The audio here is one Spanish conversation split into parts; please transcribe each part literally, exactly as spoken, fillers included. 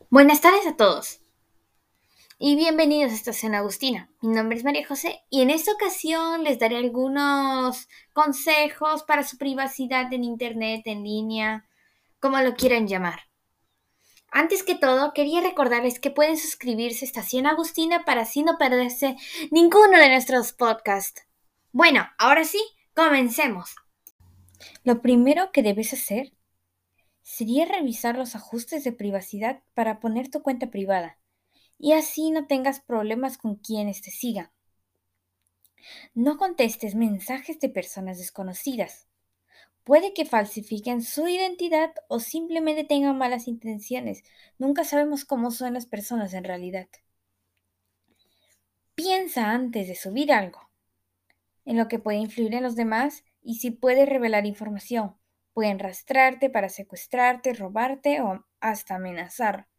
Buenas tardes a todos y bienvenidos a Estación Agustina. Mi nombre es María José y en esta ocasión les daré algunos consejos para su privacidad en Internet, en línea, como lo quieran llamar. Antes que todo, quería recordarles que pueden suscribirse a Estación Agustina para así no perderse ninguno de nuestros podcasts. Bueno, ahora sí, comencemos. Lo primero que debes hacer sería revisar los ajustes de privacidad para poner tu cuenta privada y así no tengas problemas con quienes te sigan. No contestes mensajes de personas desconocidas. Puede que falsifiquen su identidad o simplemente tengan malas intenciones. Nunca sabemos cómo son las personas en realidad. Piensa antes de subir algo, en lo que puede influir en los demás y si puede revelar información. Pueden rastrearte para secuestrarte, robarte o hasta amenazar.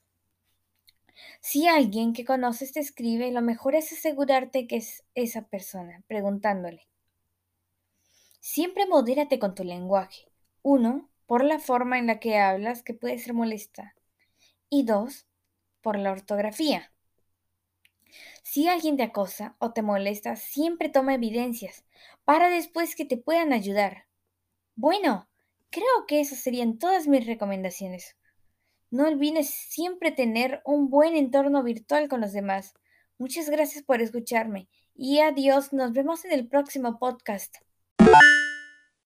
Si alguien que conoces te escribe, lo mejor es asegurarte que es esa persona, preguntándole. Siempre modérate con tu lenguaje. Uno, por la forma en la que hablas, que puede ser molesta. Y dos, por la ortografía. Si alguien te acosa o te molesta, siempre toma evidencias para después que te puedan ayudar. Bueno, creo que esas serían todas mis recomendaciones. No olvides siempre tener un buen entorno virtual con los demás. Muchas gracias por escucharme y adiós, nos vemos en el próximo podcast.